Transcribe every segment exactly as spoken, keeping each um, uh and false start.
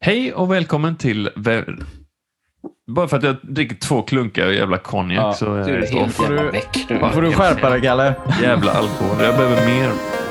Hej och välkommen till... Vä- Bara för att jag dricker två klunkar och jävla konjak Ja, så är du är det helt får jävla du, väck nu. Fan, Får du skärpa dig, Kalle? Jävla alkohol. Jag behöver mer.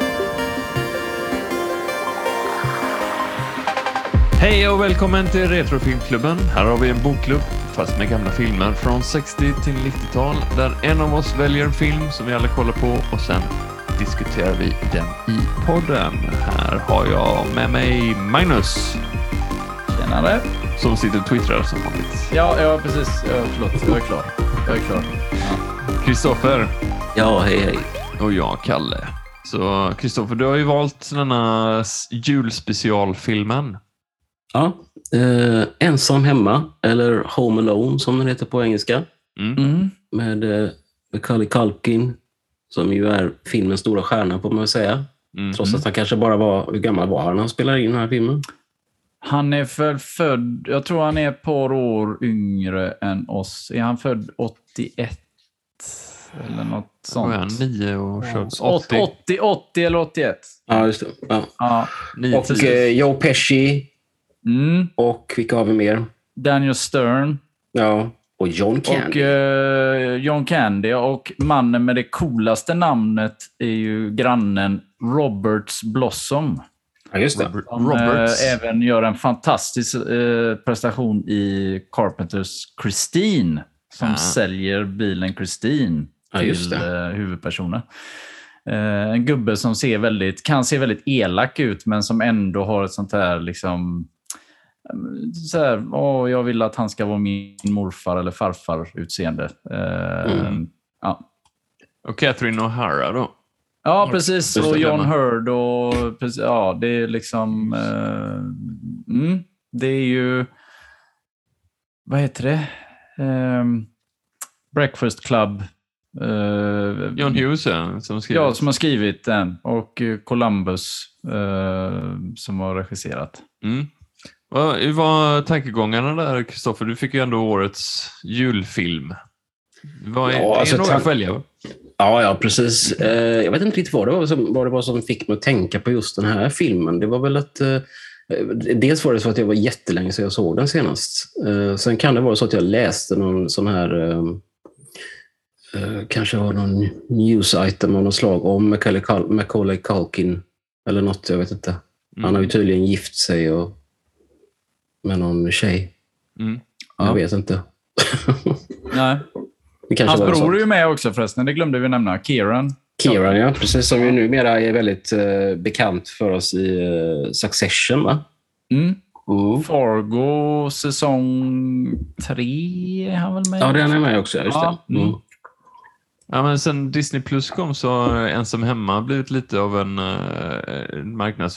Hej och välkommen till Retrofilmklubben. Här har vi en bokklubb fast med gamla filmer från sextio till nittiotal där en av oss väljer en film som vi alla kollar på och sen diskuterar vi den i podden. Här har jag med mig Magnus. Tjenare. Som sitter och twittrar som vanligt. Ja, ja precis. Ja, förlåt, jag är klar. Jag är klar. Kristoffer. Ja, hej hej. Och jag, Kalle. Så Kristoffer, du har ju valt denna julspecialfilmen. Ja, eh, Ensam hemma, eller Home Alone som den heter på engelska. Mm. Mm. Med eh, Macaulay Culkin, som ju är filmens stora stjärna på man vill säga. Mm. Trots att han kanske bara var, hur gammal var han när han spelade in den här filmen? Han är för född, jag tror han är ett par år yngre än oss. Är han född åttioett? Eller något sånt. Vad är han? Nio och kört åttio. åttio, åttio eller åttioett. Ja, just det. Ja. Ja. Nio, Och tio. eh, Joe Pesci, Mm. och vilka har vi mer? Daniel Stern. Ja, och John Candy. Och eh, John Candy. Och mannen med det coolaste namnet är ju grannen Roberts Blossom. Ja, just det. Robert- Som Roberts. eh, även gör en fantastisk eh, prestation i Carpenters Christine. Som Ja. säljer bilen Christine Ja, just till det. eh, huvudpersonen. Eh, en gubbe som ser väldigt, kan se väldigt elak ut, men som ändå har ett sånt här liksom... Så här, åh, jag vill att han ska vara min morfar eller farfar utseende. Eh, Mm. ja. Och Catherine O'Hara då. Ja, precis. Just Och det, John stämmer. Hurd och precis, ja, det är liksom eh, mm, det är ju vad heter det? Ehm, Breakfast Club. eh, John Hughes ja, som skrev. Ja, som har skrivit den. Och eh, Columbus eh, som har regisserat. Mm. Vad hur var tankegångarna där, Kristoffer? Du fick ju ändå årets julfilm. Vad är, Ja, är alltså, några tank- att välja? Ja, ja, precis. Eh, jag vet inte riktigt vad det var som, vad det var som fick mig att tänka på just den här filmen. Det var väl att... Eh, dels var det så att jag var jättelänge sedan jag såg den senast. Eh, sen kan det vara så att jag läste någon sån här... Eh, eh, kanske var någon news-item av något slag om Macaulay, Cul- Macaulay Culkin. Eller något, jag vet inte. Mm. Han har ju tydligen gift sig och, med någon tjej. Mm. Jag Ja. vet inte. Nej. Det kanske Hans var bror så. är ju med också förresten. Det glömde vi nämna. Kieran. Kieran, ja. Precis, som ju numera är väldigt eh, bekant för oss i eh, Succession, va? Mm. Mm. Fargo säsong tre är han väl med? Ja, den är med också, just Ja, det. Mm. mm. Ja, men sen Disney Plus kom så har Ensam hemma blivit lite av en uh,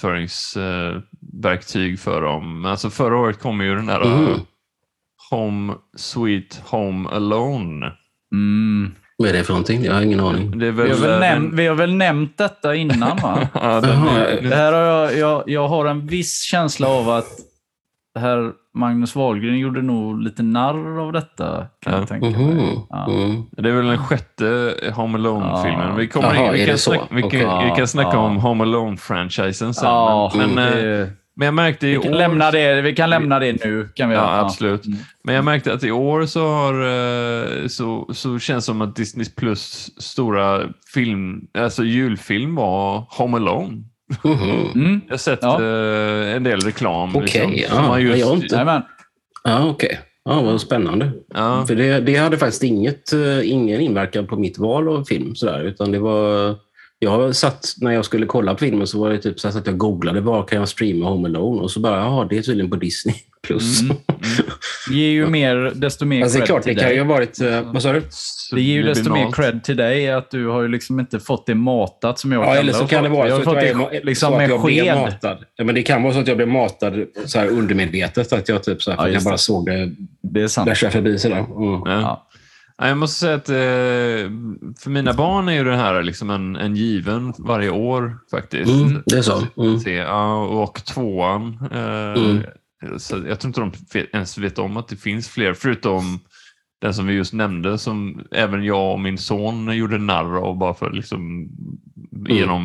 marknadsföringsverktyg för dem. Alltså förra året kom ju den där uh, Mhm. Home Sweet Home Alone. Mm. Vad är det för någonting? Jag har ingen aning. Det är Vi, väl, har väl eh, näm- vi har väl nämnt detta innan, va? ja, den Jaha, är, Det här har jag, jag, jag har en viss känsla av att det här Magnus Wahlgren gjorde nog lite narr av detta, kan Ja. jag tänka Mhm. mig. Ja. Mm. det är väl den sjätte Home Alone-filmen. Ja. Vi, kommer Jaha, in, vi, är kan det så? snacka, vi, kan, Okej. vi kan snacka Ja. om Home Alone-franchisen sen. Ja, men, men, eh, det, men jag märkte i vi, kan år... lämna det, vi kan lämna det nu. Kan vi Ja, göra. absolut. Mm. Men jag märkte att i år så har eh, så, så känns det som att Disney Plus stora film, alltså julfilm var Home Alone. Mhm. Mm. Jag har sett Ja. eh, en del reklam. Okej, liksom, ja. som har just, Jag har inte- Jajamän. Ja, okej. Ja, vad spännande. ja, För det, det hade faktiskt inget, eh, ingen inverkan på mitt val av film. Sådär, utan det var... Jag har satt, när jag skulle kolla på filmen så var det typ så att jag googlade var kan jag streama Home Alone och så bara, ja, det är tydligen på Disney Plus. Mm, Ger ju mer, desto mer Alltså, det är cred klart, det till kan dig. ju ha varit... eh, vad sa du? Det ger ju desto mer subliminalt. cred till dig att du har ju liksom inte fått det matat som jag Ja, eller så har kan det fått. vara Jag så har att fått jag det är liksom så att med jag blev sked. matad. Ja, men det kan vara så att jag blev matad så här undermedvetet. Att jag typ så här, Ja, för att jag just bara det. såg det Det är sant. bärsa förbi sådär. Mm. Ja. Ja. Ja, jag måste säga att eh, för mina barn är ju det här liksom en, en given varje år faktiskt. Mm, det är så. Mm. Se, ja, och tvåan. Eh, Mm. så jag tror inte de vet, ens vet om att det finns fler, förutom den som vi just nämnde, som även jag och min son gjorde narr av bara för liksom Mm. genom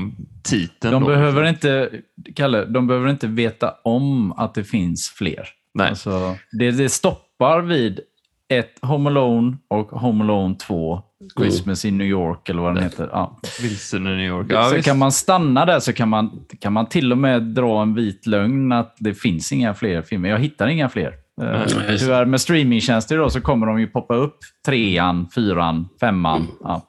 titeln. De då, behöver liksom. inte, Kalle, de behöver inte veta om att det finns fler. Nej. Alltså, det, det stoppar vid ett Home Alone och Home Alone två. Christmas mm. in New York eller vad den heter. Ja. Vilsen i New York. Ja, så visst. kan man stanna där så kan man, kan man till och med dra en vit lögn att det finns inga fler filmer. Jag hittar inga fler. Mm. Tyvärr med streamingtjänster då så kommer de ju poppa upp trean, fyran, femman. Mm. Ja.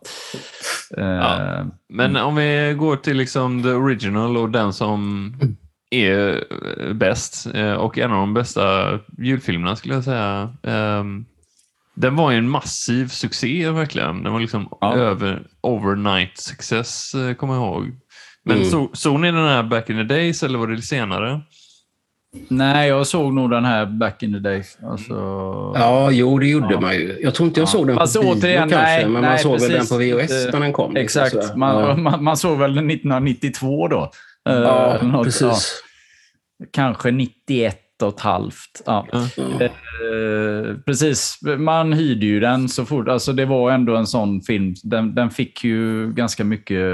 Ja. Uh, Men mm. om vi går till liksom the original och den som är bäst och en av de bästa julfilmerna skulle jag säga. Um, den var ju en massiv succé verkligen. Den var liksom ja. över overnight success, kommer jag ihåg. Men mm. så, såg ni den här back in the days eller var det senare? Nej, jag såg nog den här back in the days. Alltså... Ja, jo, det gjorde ja. man ju. Jag tror inte jag såg den på alltså, bio återigen, kanske, nej, men nej, man såg precis. väl den på V H S när den kom. Exakt, liksom, man, ja. man, man såg väl den nittonhundranittiotvå då. Ja, uh, något, precis. Ja. Kanske nittioett och ett halvt. Ja. Mm. Uh, precis, man hyrde ju den så fort. Alltså det var ändå en sån film. Den, den fick ju ganska mycket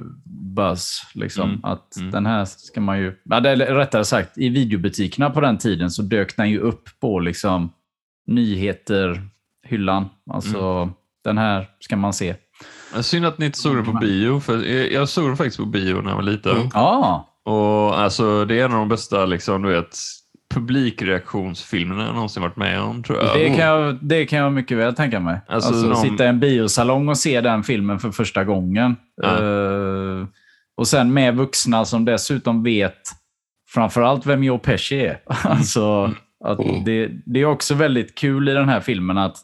buzz. Liksom. Mm. Att mm. den här ska man ju... Ja, det är rättare sagt, i videobutikerna på den tiden så dök den ju upp på liksom nyheter, hyllan. Alltså mm. den här ska man se. Synd att ni inte såg den på bio. För jag såg den faktiskt på bio när jag var liten. Mm. Ah. Och alltså det är en av de bästa liksom, du vet, publikreaktionsfilmerna jag någonsin varit med om, tror jag. Det kan jag, det kan jag mycket väl tänka mig. Alltså, alltså någon... sitta i en biosalong och se den filmen för första gången. Ja. Uh, och sen med vuxna som dessutom vet framförallt vem Joe Pesci är. Mm. alltså, att det, det är också väldigt kul i den här filmen att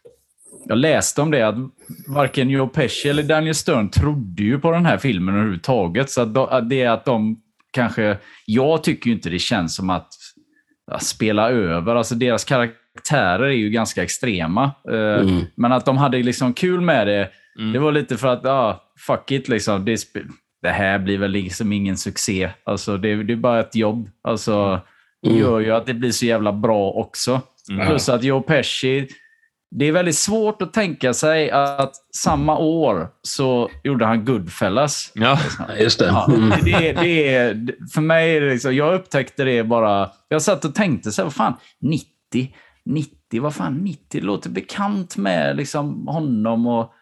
jag läste om det att varken Joe Pesci eller Daniel Stern trodde ju på den här filmen överhuvudtaget. Så att, att det är att de kanske... Jag tycker ju inte det känns som att ja, spela över. Alltså deras karaktärer är ju ganska extrema. Mm. Men att de hade liksom kul med det. Mm. Det var lite för att, ja, fuck it liksom. Det, det här blir väl liksom ingen succé. Alltså det, det är bara ett jobb. Alltså mm. gör ju att det blir så jävla bra också. Mm. Plus att Joe Pesci... Det är väldigt svårt att tänka sig att samma år så gjorde han Goodfellas. Ja, just det. Ja, det, det är, för mig är det liksom, jag upptäckte det bara... Jag satt och tänkte så här, vad fan, nittio, nittio, vad fan, nittio, det låter bekant med liksom honom och...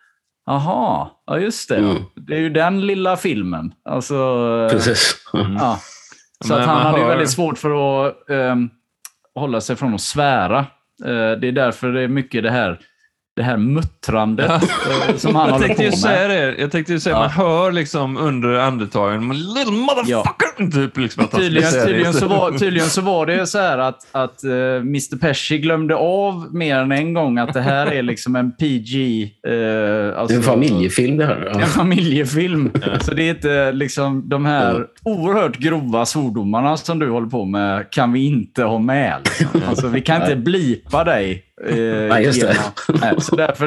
Aha, ja just det. Mm. Det är ju den lilla filmen. Alltså, precis. Mm. Ja. Så att han hade ju väldigt svårt för att um, hålla sig från att svära. Det är därför det är mycket det här det här muttrandet ja. som han håller på med. Säga det. Jag tänkte ju säga, ja. man hör liksom under andetagen, little motherfucker, ja. typ liksom att tydligen, tydligen, så var, tydligen så var det så här att, att uh, mister Pesci glömde av mer än en gång att det här är liksom en P G... Uh, alltså, en familjefilm det här. Ja. En familjefilm. Ja. Så det är inte liksom de här mm. oerhört grova svordomarna som du håller på med kan vi inte ha med. Liksom. Alltså, vi kan inte blipa dig. Eh, Nej, just det. Nej, så därför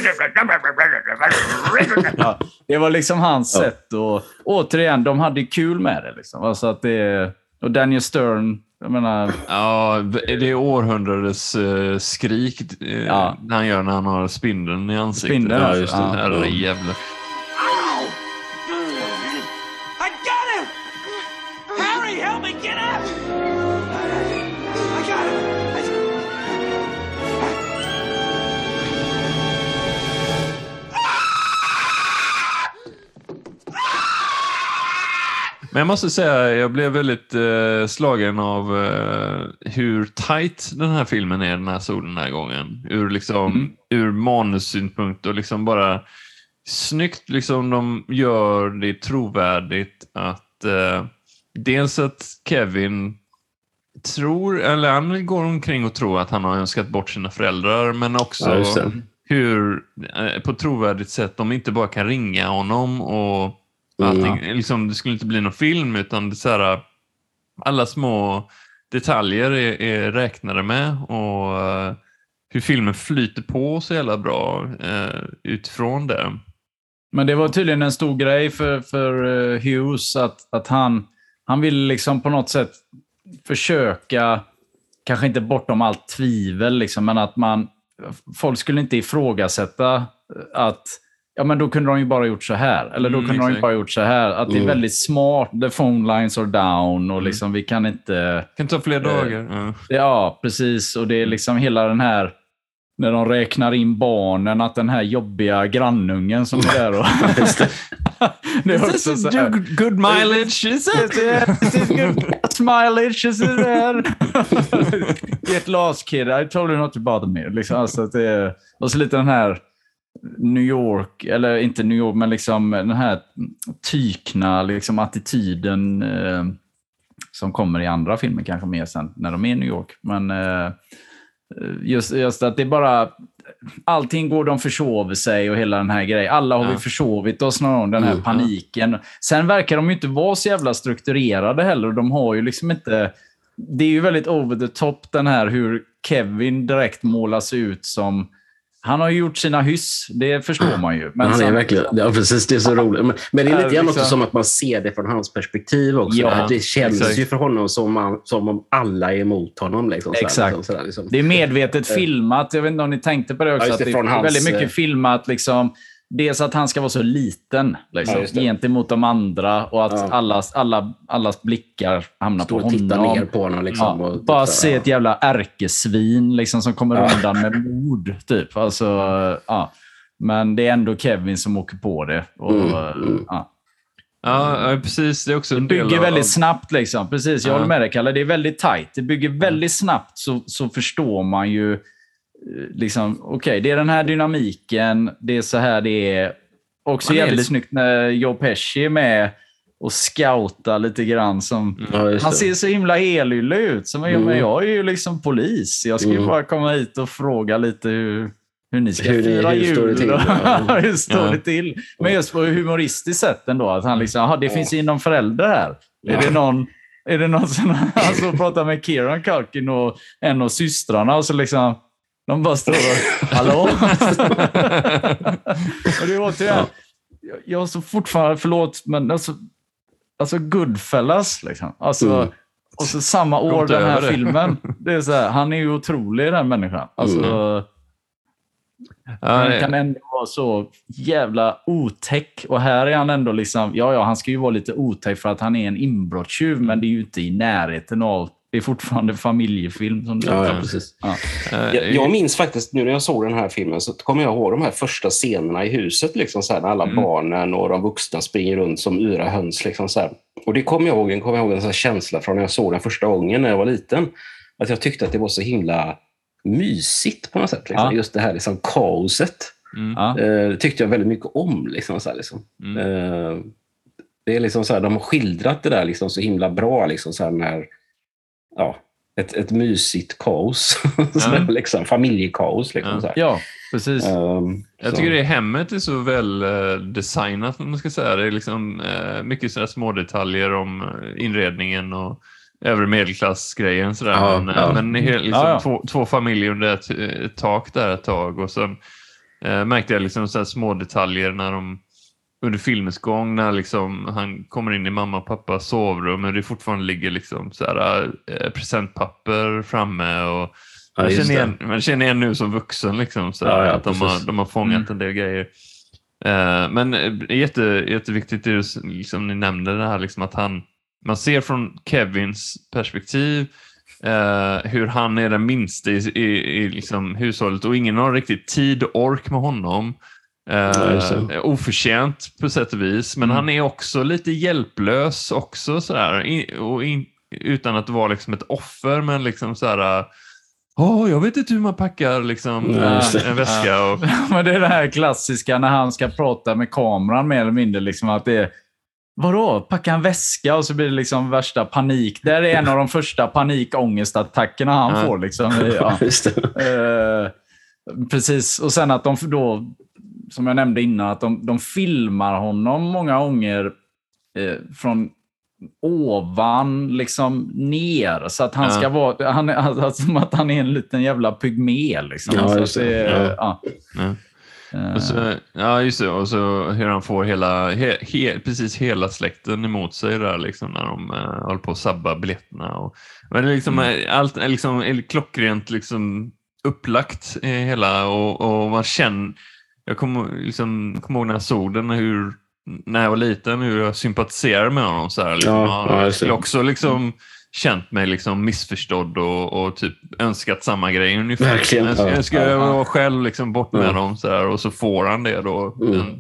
ja, det var liksom hans ja. sätt och återigen, de hade kul med det liksom. Alltså att det, och Daniel Stern, jag menar... Ja, det är århundradets uh, skrik uh, ja. när han gör när han har spindeln i ansiktet. Spindeln, ja, just det. Ja. Här är jävla... I got him! Harry, help me get up! I got him! Men jag måste säga, jag blev väldigt eh, slagen av eh, hur tight den här filmen är den här såg den här gången. Ur, liksom, mm. ur manussynpunkt och liksom bara snyggt liksom de gör det trovärdigt att eh, dels att Kevin tror, eller han går omkring och tror att han har önskat bort sina föräldrar, men också ja, hur eh, på trovärdigt sätt de inte bara kan ringa honom och allting, mm. liksom, det skulle inte bli någon film utan det så här, alla små detaljer är, är räknade med och uh, hur filmen flyter på så jävla bra uh, utifrån det. Men det var tydligen en stor grej för, för uh, Hughes att, att han, han ville liksom på något sätt försöka, kanske inte bortom allt tvivel liksom, men att man folk skulle inte ifrågasätta att ja men då kunde de ju bara gjort så här. Eller då Mm, kunde de ju exakt. bara gjort så här. Att det är Mm. väldigt smart. The phone lines are down och liksom vi kan inte... Kan ta fler dagar. Ja. Ja, precis. Och det är liksom hela den här... När de räknar in barnen, att den här jobbiga grannungen som är där och... det är också så här... good mileage, is it? Good mileage, is it there? Get lost kid, I told you not to bother me. Liksom, alltså att det är... Och så lite den här New York, eller inte New York, men liksom den här tykna liksom, attityden eh, som kommer i andra filmer kanske mer sen när de är i New York. Men eh, just, just att det är bara allting går, de försover sig och hela den här grejen. Alla har Ja. vi försovit oss någon gång, den här Mm, paniken. Sen verkar de ju inte vara så jävla strukturerade heller. De har ju liksom inte... Det är ju väldigt over the top den här hur Kevin direkt målas ut som... Han har ju gjort sina hyss, det förstår man ju. Men Men han är sen- verkligen, ja precis, det är så roligt. Men, men det är lite grann också liksom- som att man ser det från hans perspektiv också. Ja, det känns exakt. ju för honom som, man, som om alla är emot honom. Liksom, så här, Exakt. liksom, så här, liksom. Det är medvetet filmat. Jag vet inte om ni tänkte på det också. Ja, just det, att det från är hans, väldigt mycket eh, filmat. Liksom, dels att han ska vara så liten liksom, Ja, just det. gentemot de andra. Och att Ja. allas, alla, allas blickar hamnar Står på och tittar honom. ner på honom. Liksom, Ja, och, bara typ, så se här, ett jävla ärkesvin liksom, som kommer Ja. undan med mord. Typ. Alltså, ja. Men det är ändå Kevin som åker på det. Och, Mm, mm. Ja. Ja, ja, precis. Det är också Det en del bygger av- väldigt snabbt. Liksom. Precis, jag Ja. håller med dig, Kalle. Det är väldigt tajt. Det bygger väldigt snabbt så, så förstår man ju eh, liksom, okej, okay, det är den här dynamiken. Det är så här det är. Också Man är jävligt lite- snyggt när Joe Pesci är med och scoutar lite grann. Som, ja, just han det. ser så himla helylle ut. Som, mm. men jag är ju liksom polis. Jag ska ju Mm. bara komma hit och fråga lite hur, hur ni ska Hur det- fira hur jul. står det till? Ja. hur står Ja. det till? Men just på ett humoristiskt sätt ändå. Att han liksom, aha, det finns ju någon förälder här. Ja. Är det någon... Är det någon som alltså, pratar med Kieran Culkin och en av systrarna och så liksom de bara står och hallå? och det är återigen, jag, jag har så fortfarande, förlåt, men alltså, alltså Goodfellas liksom. Alltså, Mm. och så samma år Kom den här över det. filmen. Det är så här, han är ju otrolig den människan. Alltså, Mm. Ja, han det- kan ändå vara så jävla otäck. Och här är han ändå liksom, ja ja, han ska ju vara lite otäck för att han är en inbrottstjuv, men det är ju inte i närheten av, det är fortfarande familjefilm som du Ja, ja, säger. precis. Ja. eh, Jag, jag minns faktiskt, nu när jag såg den här filmen så kommer jag ihåg de här första scenerna i huset. Liksom så här, när alla Mm. barnen och de vuxna springer runt som yra höns. Liksom så här. Och det kommer jag ihåg, en, kommer jag ihåg en sån här känsla från när jag såg den första gången när jag var liten. Att jag tyckte att det var så himla mysigt på något sätt. Liksom. Ja. Just det här liksom, kaoset. Mm. Ja. Eh, det tyckte jag väldigt mycket om. Liksom, så här, liksom. Mm. Eh, det är liksom så här, de har skildrat det där liksom, så himla bra. Liksom, så här, när, ja, ett, ett mysigt kaos. så Ja. där, liksom, familjekaos. Liksom, Ja. så här. ja, precis. Ehm, Jag så. tycker det hemmet är så väl eh, designat, om man ska säga. Det är liksom eh, mycket sådana små detaljer om eh, inredningen och övre medelklassgrejen. Sådär. Ja, men ja. men he, liksom, Ja, ja. Två, två familjer under ett, ett tak där ett tag. Och sen eh, märkte jag liksom så här små detaljer när de under filmens gång, när liksom han kommer in i mamma och pappas sovrum och det fortfarande ligger liksom så här, eh, presentpapper framme och Ja, man, just känner det. igen, man känner igen nu som vuxen liksom, så Ja, ja, att de har, precis. de har fångat Mm. en del grejer. Eh, men eh, jätte, jätteviktigt är det liksom, ni nämnde det här liksom, att han, man ser från Kevins perspektiv eh, hur han är den minsta i, i, i liksom hushållet och ingen har riktigt tid och ork med honom. Ja, just Eh, det. oförtjänt på sätt och vis, men Mm. han är också lite hjälplös också sådär, I, och in, utan att vara liksom ett offer, men liksom sådär, åh, jag vet inte hur man packar liksom Ja, just det. en väska och Men det är det här klassiska när han ska prata med kameran mer eller mindre. Liksom, att det är, vadå? Packa en väska och så blir det liksom värsta panik. Det är en av de första panikångestattackerna han Ja. får. Liksom. Ja. Just det. Eh, precis. Och sen att de då, som jag nämnde innan, att de, de filmar honom många gånger eh, från ovan liksom ner. Så att han Ja. ska vara, han, är- alltså, som att han är en liten jävla pygmé. Liksom. Ja, alltså, just att det. är- Ja. ja. ja. Eh, Och så, ja, just det. Och så hur han får hela, he, he, precis hela släkten emot sig där liksom, när de uh, håller på att sabba biljetterna. Och, men det är liksom, Mm. eh, allt är liksom är klockrent liksom, upplagt eh, hela och, och man känner, jag kommer liksom, kom ihåg när jag såg den, hur, när jag var liten, hur jag sympatiserade med honom. Så här, liksom. Ja, ja, jag skulle också liksom känt mig liksom missförstådd och, och typ önskat samma grej ungefär. Verkligen. Jag, jag ska Ja. vara själv liksom bort med Ja. dem så här, och så får han det då. Mm. Men,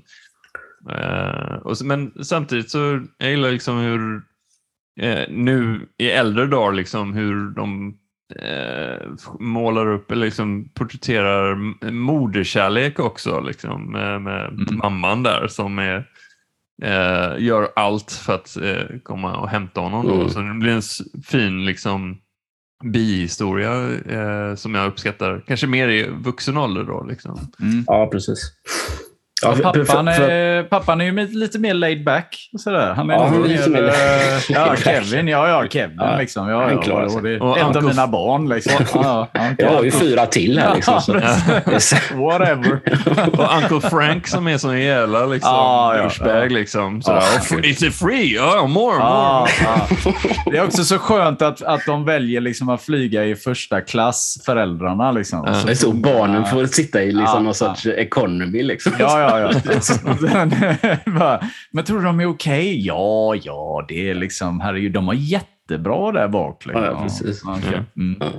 eh, och så, men samtidigt så jag gillar liksom hur eh, nu i äldre dagar liksom hur de eh, målar upp eller liksom porträtterar m- moderkärlek också liksom med, med Mm. mamman där som är Eh, gör allt för att eh, komma och hämta honom. Då. Mm. Så det blir en s- fin liksom bihistoria eh, som jag uppskattar. Kanske mer i vuxen ålder då. Liksom. Mm. Ja, precis. Ja, för- för- pappan, för- är, pappan är ju med- lite mer laid back. Och sådär. Han är Ja, nog han är lite mer, mer eh, laid ja, back. Kevin. Ja, ja, Kevin. Ja, liksom. Ja, han ja, klarar och sig. det är Och ett av Uncle- mina barn. Liksom. Ja, ja, Jag har ju fyra till här. Liksom, så. Whatever. Och Uncle Frank som är sån jävla liksom, Ja, ja, douchebag, ja. liksom. Sådär. Ja, Och free, is it free? Ja, more, Ja, more. ja. Det är också så skönt att, att de väljer liksom att flyga i första klass, föräldrarna. Liksom. Ja. Det är så barnen får sitta i liksom Ja, någon ja. sorts economy. Liksom. Ja, ja, ja. Och sen, bara, men tror du de är okej? Ja, ja, det är liksom, herregud, de har jättebra där bak. Liksom. Ja, precis. Ja, okej. Mm. Ja.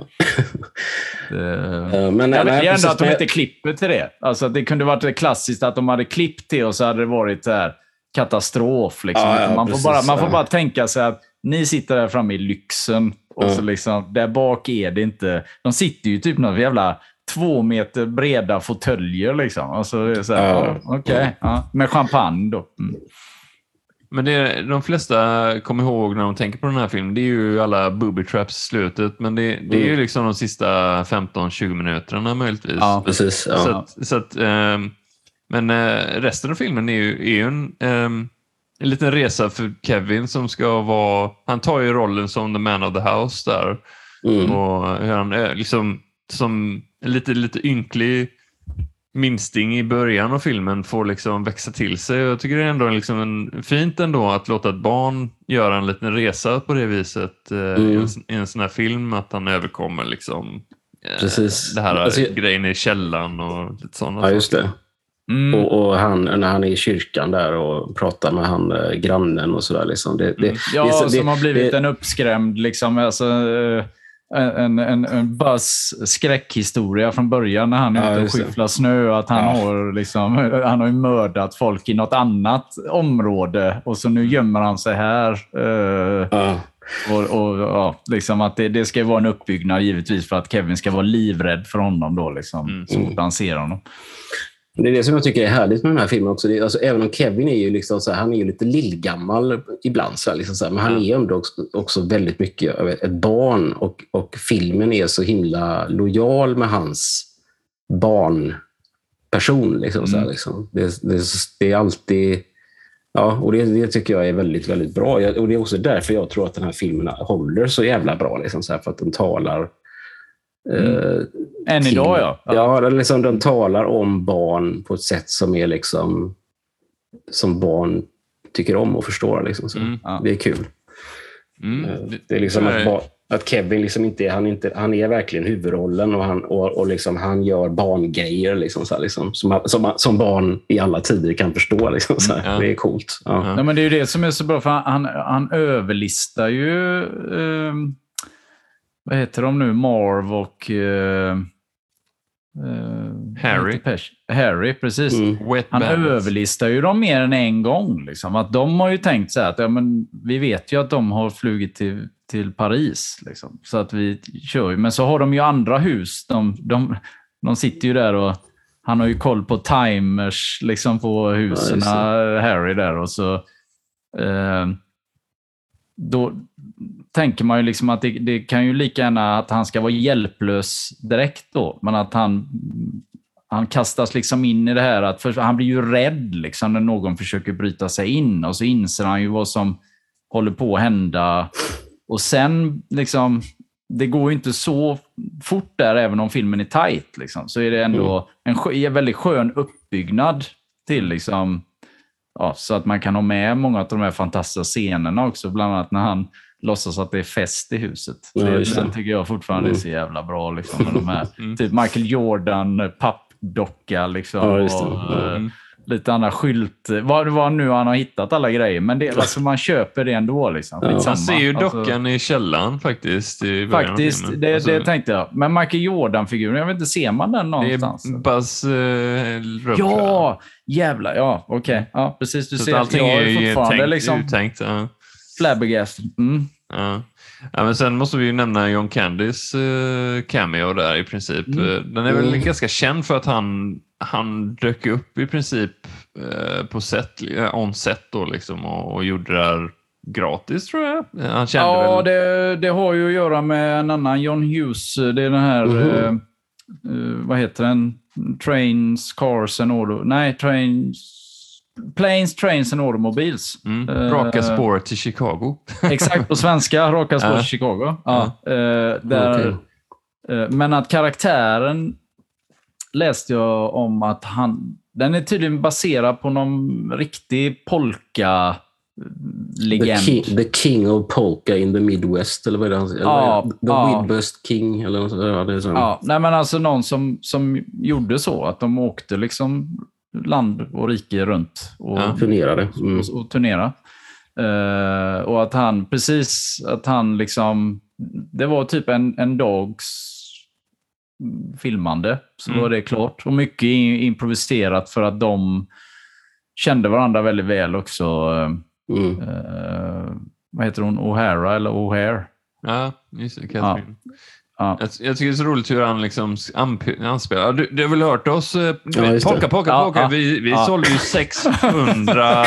Det, Ja, men, jag nej, vet precis, ändå att de men- inte klipper till det. Alltså, att det kunde varit klassiskt att de hade klippt till och så hade det varit så här katastrof. Liksom. Ja, ja, man, precis, får bara, man får ja. bara tänka sig att ni sitter där framme i lyxen och Ja. så liksom, där bak är det inte... De sitter ju typ några jävla två meter breda fåtöljer. Liksom. Alltså, det är så här, Ja. ja, okej, ja. Med champagne då. Mm. Men det de flesta kommer ihåg när de tänker på den här filmen, det är ju alla booby traps i slutet, men det, det är ju Mm. liksom de sista femton tjugo minuterna möjligtvis. Ja. Precis, ja. Så att, så att, ehm, men eh, resten av filmen är ju, är ju en, ehm, en liten resa för Kevin som ska vara... Han tar ju rollen som the man of the house där. Mm. Och hur han är liksom som en lite, lite ynklig minsting i början av filmen får liksom växa till sig. Jag tycker det är ändå liksom en, fint ändå att låta ett barn göra en liten resa på det viset eh, Mm. i, en, i en sån här film, att han överkommer liksom eh, Precis. det här Alltså, jag- grejen i källan och lite sådana Ja, just det. Mm. Och, och han, när han är i kyrkan där och pratar med han, eh, grannen och sådär. Liksom. Det, det, Ja, det, är så- som det- har blivit det- en uppskrämd, liksom, alltså, eh, en, en, en buzz skräckhistoria från början när han är Ja, ute och just det. skyfflar snö. Att han, Ja. har, liksom, han har ju mördat folk i något annat område och så nu gömmer han sig här. Eh, Ja. och, och, ja, liksom att det, det ska ju vara en uppbyggnad givetvis för att Kevin ska vara livrädd för honom då, liksom, Mm. så fort han ser honom. Det är det som jag tycker är härligt med den här filmen också. Det är, alltså, även om Kevin är ju liksom så här, han är ju lite lillgammal ibland, så här, liksom så här, men han är ändå också, också väldigt mycket av ett barn och, och filmen är så himla lojal med hans barnperson. Liksom, så här, Mm. liksom. Det, det, det är alltid... Ja, och det, det tycker jag är väldigt, väldigt bra. Jag, och det är också därför jag tror att den här filmen håller så jävla bra. Liksom, så här, för att den talar... Eh, Än till- idag, ja. Ja, den, liksom, den talar om barn på ett sätt som är liksom som barn tycker om och förstår. Liksom, så. Mm. Ja. Det är kul. Mm. Eh, Det är liksom att, ba- att Kevin liksom inte är, han är, inte, han är verkligen huvudrollen och han, och, och liksom, han gör barngrejer liksom, så här, liksom, som, som, som barn i alla tider kan förstå. Liksom, så här. Ja. Det är coolt. Ja. Ja. Nej, men det är ju det som är så bra, för han, han, han överlistar ju... Eh, vad heter de nu? Marv och... Eh, eh, Harry. inte Pesh. Harry, precis. Mm. Wet Han Bandits. överlistar ju dem mer än en gång. Liksom. Att de har ju tänkt så här att ja, men vi vet ju att de har flugit till, till Paris. Liksom. Så att vi kör ju. Men så har de ju andra hus. De, de, de sitter ju där och han har ju koll på timers liksom, på husen, Ja, Harry där. Och så eh, då tänker man ju liksom att det, det kan ju lika gärna att han ska vara hjälplös direkt då. Men att han han kastas liksom in i det här att för, han blir ju rädd liksom när någon försöker bryta sig in och så inser han ju vad som håller på att hända och sen liksom det går ju inte så fort där även om filmen är tight liksom, så är det ändå en, skö, en väldigt skön uppbyggnad till liksom ja, så att man kan ha med många av de här fantastiska scenerna också, bland annat när han låtsas att det är fest i huset. Ja, det, just det. den tycker jag fortfarande är så jävla bra. Liksom, med de här, Mm. typ Michael Jordan, papp, tuppdocka liksom. Ja, just det. Och, Ja. eh, lite andra skylt. Vad det var nu han har hittat alla grejer. Men det, alltså, man köper det ändå. Liksom. Ja. Skitsamma. Man ser ju Alltså, dockan i källaren faktiskt. I början av faktiskt, filmen. det, Alltså, det tänkte jag. Men Michael Jordan-figuren, jag vet inte, ser man den det någonstans? är Buzz eh, Rumford. Ja, jävlar. Ja, okej. Okay. Ja, precis. Du Så ser att allting jag är ju fortfarande tänkt, liksom uttänkt. Ja. flabbergasted. Mm. Ja. Ja, men sen måste vi ju nämna John Candys eh, cameo där i princip. Mm. Den är väl Mm. ganska känd för att han, han dök upp i princip eh, på set, eh, on set då liksom och, och gjorde det där gratis tror jag. Han kände Ja, väl... det, det har ju att göra med en annan John Hughes. Det är den här, Mhm. eh, eh, vad heter den? Trains, Cars and Auto... Nej, Trains... Planes, Trains and Automobiles. Mm. Eh, Raka spår till Chicago. Exakt, på svenska. Raka spår Ja. till Chicago. Ja, eh, där, Okej. eh, men att karaktären läste jag om att han... Den är tydligen baserad på någon riktig polka... The legend. king, the king of polka in the Midwest, eller vad är det han säger? Ja, Eller, the ja. Midwest King, eller något sånt. Ja, det är så. Ja, nej men alltså någon som, som gjorde så, att de åkte liksom land och rike runt och, Ja. Turnerade. Mm. och, och turnera. Eh, och att han, precis, att han liksom, det var typ en, en dags filmande, så Mm. var det klart. Och mycket i- improviserat för att de kände varandra väldigt väl också. Mm. Eh, vad heter hon? O'Hara eller O'Hare? Ja, just det, Catherine. Ja. Jag, jag tycker det är så roligt hur han liksom amp- anspelar. Du, du har väl hört oss? Eh, Ja, just det. polka, polka, Ja, polka. ja. Vi, vi Ja. sålde ju sexhundra...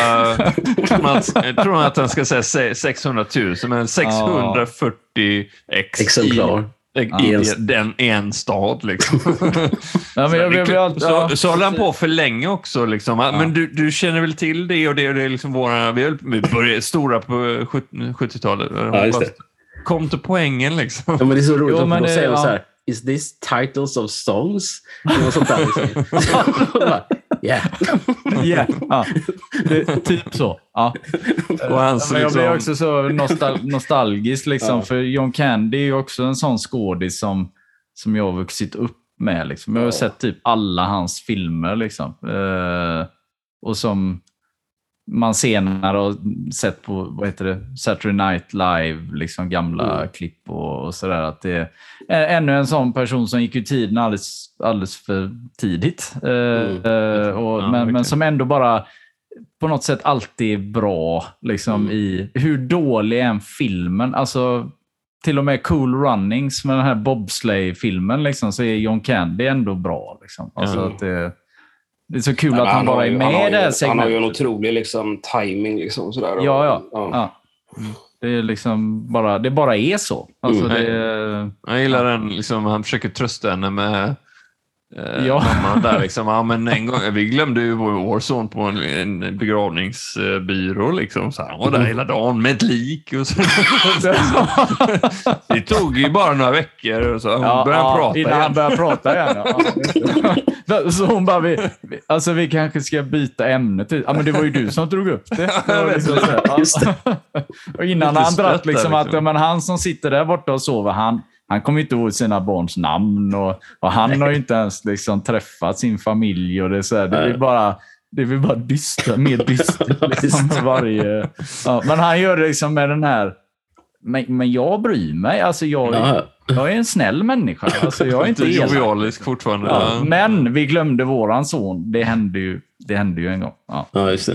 jag tror att han ska säga se- sexhundratusen, men sexhundrafyrtio ex Exemplar. i, i, Ja. i den en stad. Liksom. Ja, men jag, jag, jag, jag, så, så håller han på för länge också. Liksom. Ja. Men du, du känner väl till det och det och det är liksom våra... Vi, höll- vi började stora på sjuttiotalet. Ja, just det. Kom till poängen liksom. Ja, men det är så roligt Jo, att men de det- säger ja. så här: Is this titles of songs? Det var sånt där liksom. Bara, yeah. yeah. Ja, det, typ så. Ja. Och hans, Men jag blir liksom- också så nostal- nostalgisk liksom, Ja. för John Candy är ju också en sån skådis som, som jag har vuxit upp med. Liksom. Jag har Ja. sett typ alla hans filmer. Liksom. Eh, och som man senare har sett på, vad heter det, Saturday Night Live, liksom gamla Mm. klipp och, och sådär. Att det är ännu en sån person som gick ur tiden alldeles, alldeles för tidigt. Eh, Mm. eh, och, Ja, men, verkligen. men som ändå bara på något sätt alltid är bra liksom, Mm. i hur dålig är en filmen. Alltså, till och med Cool Runnings med den här bobsleigh-filmen liksom, så är John Candy ändå bra. Liksom. Alltså, Ja. att det, det är så kul Nej, att men han, har bara är ju- med han har i det här ju, Han har ju en segmentet. otrolig liksom, timing. Liksom, sådär. Och- Ja, ja. ja. ja. Det är liksom bara, det bara är så. Alltså, Mm. det är, Jag gillar den, liksom, han försöker trösta henne med eh, Ja. mamman där. Liksom. Ja, men en gång, vi glömde ju vår, vår son på en, en begravningsbyrå. Liksom. Så han var där hela dagen med ett lik. Och så. Det tog ju bara några veckor och så hon Ja, började ja, prata innan igen. han börjar prata igen. Ja. Ja, så hon bara, vi, vi, alltså vi kanske ska byta ämne. Typ. Ja, men det var ju du som drog upp det. Det var liksom så här, ja. Just det. Och innan Lite han dratt sprött där, liksom att liksom. ja, men han som sitter där borta och sover, han, han kommer inte ihåg sina barns namn. Och, och han har ju inte ens liksom träffat sin familj. Och det, är så här, det blir bara... Det blir bara dystert, mer dystert liksom, för varje... Ja, men han gör det liksom med den här... Men, men jag bryr mig. Alltså jag, Ja. jag är en snäll människa. Alltså jag är inte Lite elak. jovialisk fortfarande. Ja, Ja. men vi glömde våran son. Det hände ju, det hände ju en gång. Ja. Ja, just det.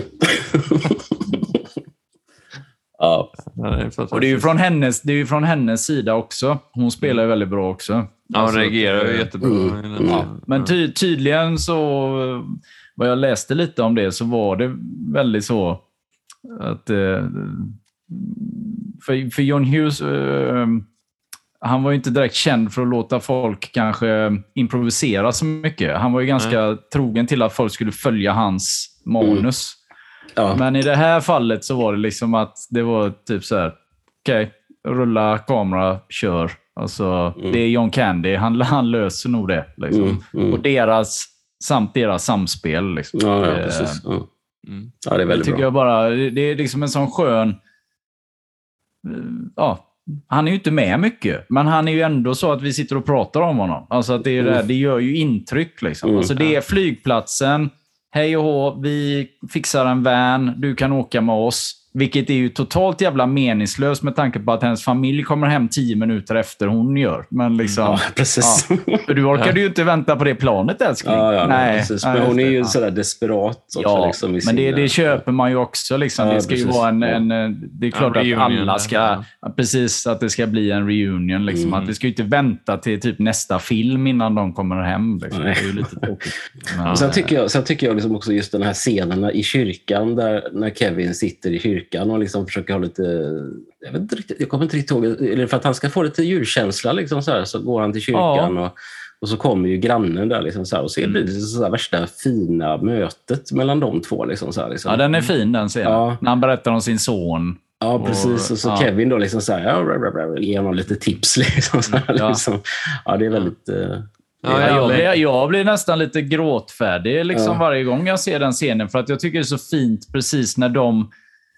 Ja. Ja, det är fantastiskt. Och det är ju från hennes, det är ju från hennes sida också. Hon spelar ju väldigt bra också. Ja, hon Alltså, reagerar ju att, jättebra. Mm. i den. Ja. Men ty, tydligen så, vad jag läste lite om det, så var det väldigt så att eh, för, för John Hughes, eh, han var ju inte direkt känd för att låta folk kanske improvisera så mycket. Han var ju ganska trogen till att folk skulle följa hans manus. Ja. Men i det här fallet så var det liksom att det var typ så här: okej, rulla kamera, kör. Alltså, Mm. det är John Candy. Han, han löser nog det. Liksom. Mm, mm. Och deras, samt deras samspel. Liksom. Ja, ja, Eh, precis. Ja. Mm. Ja, det är Det väldigt tycker bra. jag bara, det det är liksom en sån skön... eh, Ja, han är ju inte med mycket, men han är ju ändå så att vi sitter och pratar om honom. Alltså att det, är det, det gör ju intryck liksom. Mm. Alltså det är flygplatsen, hej och hå, vi fixar en van, du kan åka med oss. Vilket är ju totalt jävla meningslöst med tanke på att hennes familj kommer hem tio minuter efter hon gör. Men liksom... Ja, precis. Ja, för du orkade ju inte vänta på det planet, älskling. Ja, ja, nej, precis. nej, Men hon är ju ja. sådär desperat också. Ja, liksom, i men sin, det, det köper man ju också. Liksom. Ja, det ska precis. ju vara en, en... Det är klart En att reunion, alla ska... ja. Precis, att det ska bli en reunion. Liksom. Mm. Att det ska ju inte vänta till typ nästa film innan de kommer hem. Liksom. Det är ju lite tråkigt. Men, Och sen tycker jag, sen tycker jag liksom också just den här scenen i kyrkan där när Kevin sitter i kyrkan och liksom försöker ha lite, jag vet inte riktigt, jag kommer inte riktigt ihåg, eller för att han ska få lite djurkänsla liksom så här, så går han till kyrkan Ja. och, och så kommer ju grannen där liksom så här, och så blir det så här värsta fina mötet mellan de två liksom så här, liksom. ja, den är fin den scenen. Ja. När han berättar om sin son. Ja, precis. Och så ja. Kevin då liksom så här, ja, bra, bra, bra, ger honom lite tips liksom så här, Ja. liksom. Ja, det är väldigt... eh, Ja, Ja, jag jag, blir- blir, jag blir nästan lite gråtfärdig liksom Ja. varje gång jag ser den scenen. För att jag tycker det är så fint precis när de,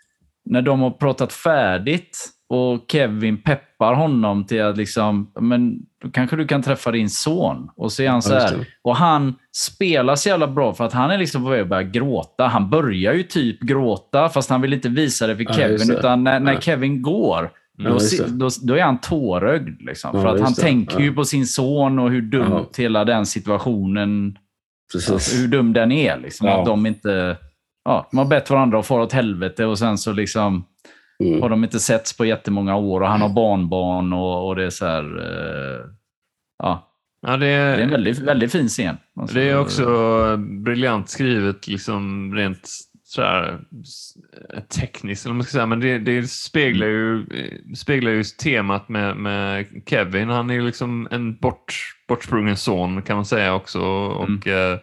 när de har pratat färdigt och Kevin peppar honom till att liksom, men då kanske du kan träffa din son. Och så är han så Ja, just här. det. Och han spelar så jävla bra för att han är liksom på väg att börja gråta. Han börjar ju typ gråta fast han vill inte visa det för Ja, Kevin. just det. Utan när, när Ja. Kevin går, Ja, då, just se- det. då, då är han tårögd. Liksom, Ja, för att just han det. tänker Ja. ju på sin son och hur dumt Ja. hela den situationen, precis. alltså, hur dum den är. Liksom, Ja. Att de inte... Ja, de har bett varandra att fara åt helvete och sen så liksom Mm. har de inte setts på jättemånga år och han har barnbarn och, och det är så här... Eh, ja, Ja, det det är en är, väldigt, väldigt fin scen. Alltså, det är också briljant skrivet, liksom rent så här, eh, tekniskt, eller vad man ska säga, men det, det speglar ju, speglar ju temat med, med Kevin. Han är ju liksom en bort, bortsprungen son kan man säga också, och eh,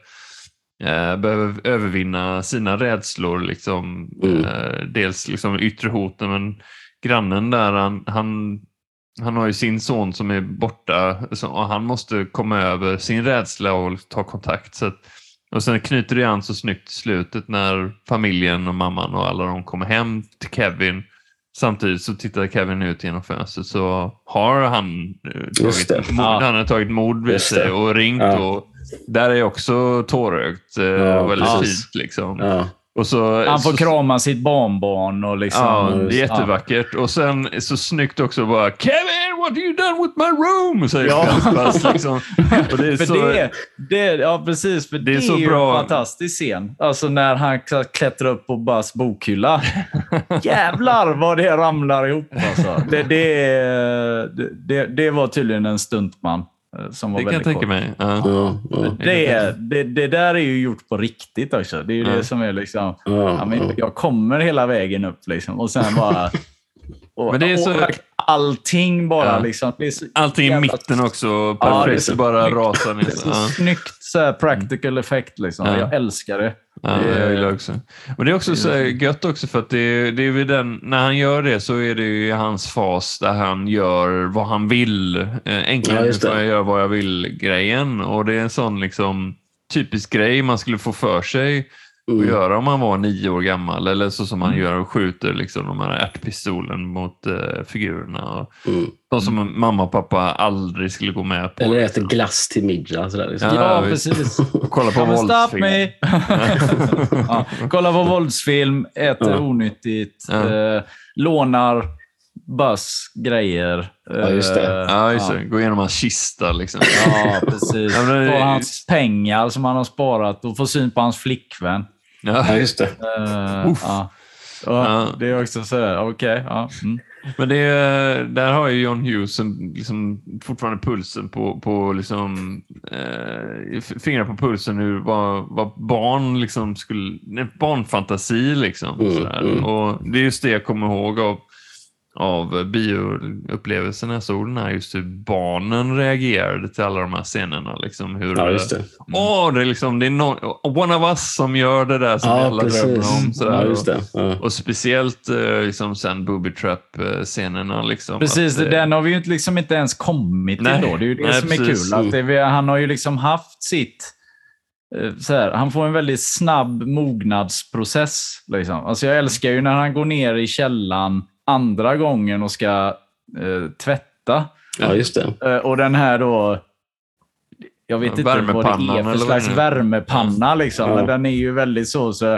eh, behöver övervinna sina rädslor, liksom, Mm. eh, dels liksom yttre hoten, men grannen där, han, han Han har ju sin son som är borta, så, och han måste komma över sin rädsla och ta kontakt. Så att, och sen knyter det an så snyggt i slutet när familjen och mamman och alla de kommer hem till Kevin. Samtidigt så tittar Kevin ut genom fönstret, så har han eh, Just tagit, det. mod, Ja. han har tagit mod vid Just sig det. och ringt. Ja. Och där är också tårögt. Eh, Ja, väldigt precis. fint liksom. Ja. Och så, Han får så, krama sitt barnbarn och liksom... Ja, det är just- jättevackert. Och sen så snyggt också bara, Kevin, what have you done with my room? Säger Ja. Fast, liksom. Och det är För så, det, det, ja, precis. För det, Det är är, så ju bra. en fantastisk scen. Alltså när han klättrar upp på Buzz bokhylla. Jävlar vad det ramlar ihop. Alltså. Det, det, det, det var tydligen en stuntman eh, som var det kan jag väldigt tänka kort. mig. Ja. Ja, ja, Det, är, det, det där är ju gjort på riktigt också. Det är ju Ja. det som är liksom... ja, Ja, men jag kommer hela vägen upp liksom. Och sen bara... Och, Men det är så- och allting bara Ja. liksom. Det är så Allting i jävla- mitten också, Ja, det är perfekt, så bara snyggt. rasar ner. Det är så Ja. snyggt så här practical effect liksom. Ja. Jag älskar det. Ja, Det- jag gillar också. Men det är också så här gött också för att det, det är vid den, när han gör det så är det ju i hans fas där han gör vad han vill. Eh, Enklare Ja, just det. får jag gör vad jag vill-grejen. Och det är en sån liksom typisk grej man skulle få för sig att Mm. göra om man var nio år gammal. Eller så som man gör och skjuter liksom de här ärtpistolen mot eh, figurerna. Och Mm. de som mamma och pappa aldrig skulle gå med på. Eller äter glass till middag. Sådär, liksom. Ja, Ja, visst. precis. Och kolla på Come and stop våldsfilm. me! Ja, kolla på våldsfilm, äter Ja. onyttigt, Ja. eh, lånar Buzz grejer. Ja, just det. Eh, Ja, just ja. det. Gå igenom hans kista liksom. Ja, precis. Ja, men det- Ta hans pengar som han har sparat och få syn på hans flickvän. Ja. Ja, just det. Eh, Uff. ja. Ja. Och det är också sådär, okej. ja. Mm. Men det, är- där har ju John Hughes en, liksom, fortfarande pulsen på, på liksom, eh, f- fingrar på pulsen hur vad, vad barn liksom skulle, en barnfantasi liksom. Mm, sådär. mm. Och det är just det jag kommer ihåg av, av bioupplevelsen jag såg den här, just hur barnen reagerade till alla de här scenerna. Liksom, hur, Ja, just det. Åh, det är liksom, det är no, one of us som gör det där som vi Ja, alla drömmer precis. om. Sådär. Ja, just det. Ja. Och speciellt eh, liksom sen booby trap-scenerna. Liksom, Precis, att, det, eh, den har vi ju inte, liksom inte ens kommit till Nej, då. Det är ju det nej, som är precis. kul. Att det, vi- han har ju liksom haft sitt... eh, Så här, han får en väldigt snabb mognadsprocess. Liksom. Alltså jag älskar ju när han går ner i källan andra gången och ska eh, tvätta. Ja, just det. Eh, och den här då, jag vet Ja, inte vad det är för eller slags vad det är. värmepanna liksom, Ja. men den är ju väldigt så så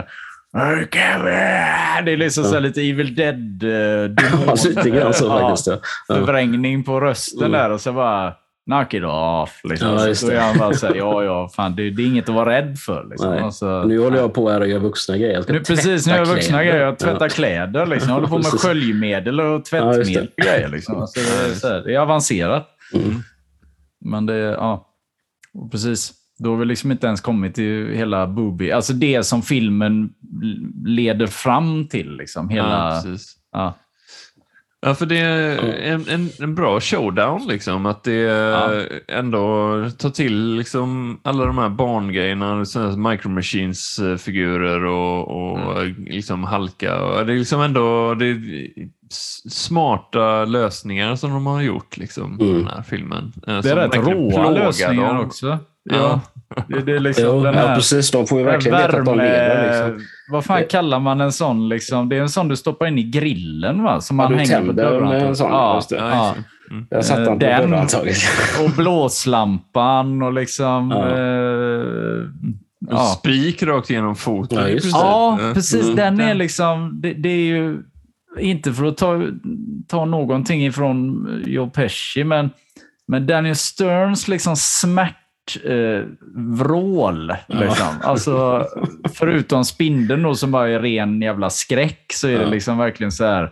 det är liksom så här lite Evil Dead uh, Ja, lite grann så faktiskt. Ja. Ja. förvrängning på rösten Mm. där och så bara knock it off liksom. Ja, just Så då det. är han bara så här, ja ja fan det, det är inget att vara rädd för liksom. Nej. Och så, Nu håller jag på här och gör vuxna grejer. Jag ska nu, precis, nu tvätta är jag vuxna kläder. grejer. Jag tvättar Ja. kläder. Liksom. Jag håller på med Precis. sköljmedel och Ja, just tvättmedel och grejer. Liksom. Alltså, det, är så här, det är avancerat. Mm. Men det, ja. Och precis. Då har vi liksom inte ens kommit till hela booby. Alltså det som filmen leder fram till. Liksom. Hela, Ja, precis. ja. Ja, för det är en, en, en bra showdown liksom, att det Ja. ändå tar till liksom alla de här barngrejerna, Micro Machines-figurer och, och Mm. liksom halka. Och det är liksom ändå det är smarta lösningar som de har gjort liksom, Mm. i den här filmen. Det är rätt råa lösningar också. Ja. Det, det är liksom Jo, den ja, här... precis. De får ju verkligen veta att de lever. Liksom. Vad fan Det- kallar man en sån? Liksom? Det är en sån du stoppar in i grillen, va? Som Ja, man du hänger på tänder med dörrhandtaget. en sån, Ja, just det. Ja, ja. just det. Mm. Jag satt den på Den- dörrhandtaget. Och blåslampan och liksom... Ja. Eh, Och ja. spik rakt genom foten. Ja, i just det. princip. ja, Ja. precis. Mm. Den är liksom... Det, det är ju... Inte för att ta, ta någonting ifrån Joe Pesci, men, men Daniel Sterns liksom smärt eh, vrål. Liksom. Alltså, förutom spindeln då, som bara är ren jävla skräck, så är Ja. det liksom verkligen så här...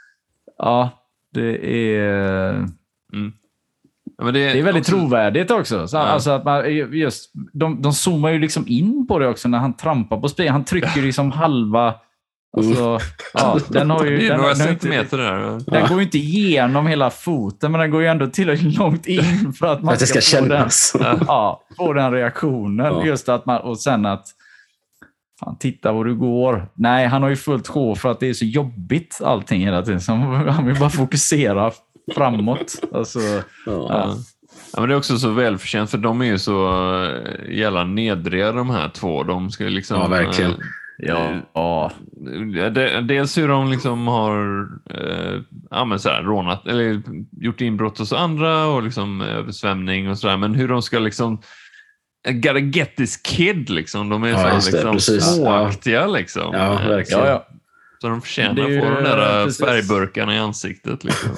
Ja, det är... Mm. Ja, men det, Det är väldigt också- trovärdigt också. Så, Ja. alltså att man, just, de, de zoomar ju liksom in på det också när han trampar på spel. Han trycker liksom halva... Alltså, ja, den har Det ju... är Den, några den, har inte, centimeter där. den går ju inte igenom hela foten, men den går ju ändå tillräckligt långt in för att För man att det ska få den, kännas. ja, få den reaktionen. Ja. Just att man, och sen att... Fan, titta vad du går. Nej, han har ju fullt sjå för att det är så jobbigt allting hela tiden. Så han vill bara fokusera framåt. Alltså, Ja. ja. Ja, men det är också så välförtjänt, för de är ju så äh, jävla nedriga de här två. De ska liksom... Ja, verkligen. äh, ja, ja. Ja, de- dels hur de liksom har eh, ja, men så här, rånat eller gjort inbrott hos andra och liksom översvämning och sådär, men hur de ska liksom I gotta get this kid liksom, de är Ja, så just det, liksom precis. småaktiga liksom. Ja, Eh, verkligen. Ja, ja. Så de förtjänar Det är ju, att få de där precis. färgburkarna i ansiktet liksom.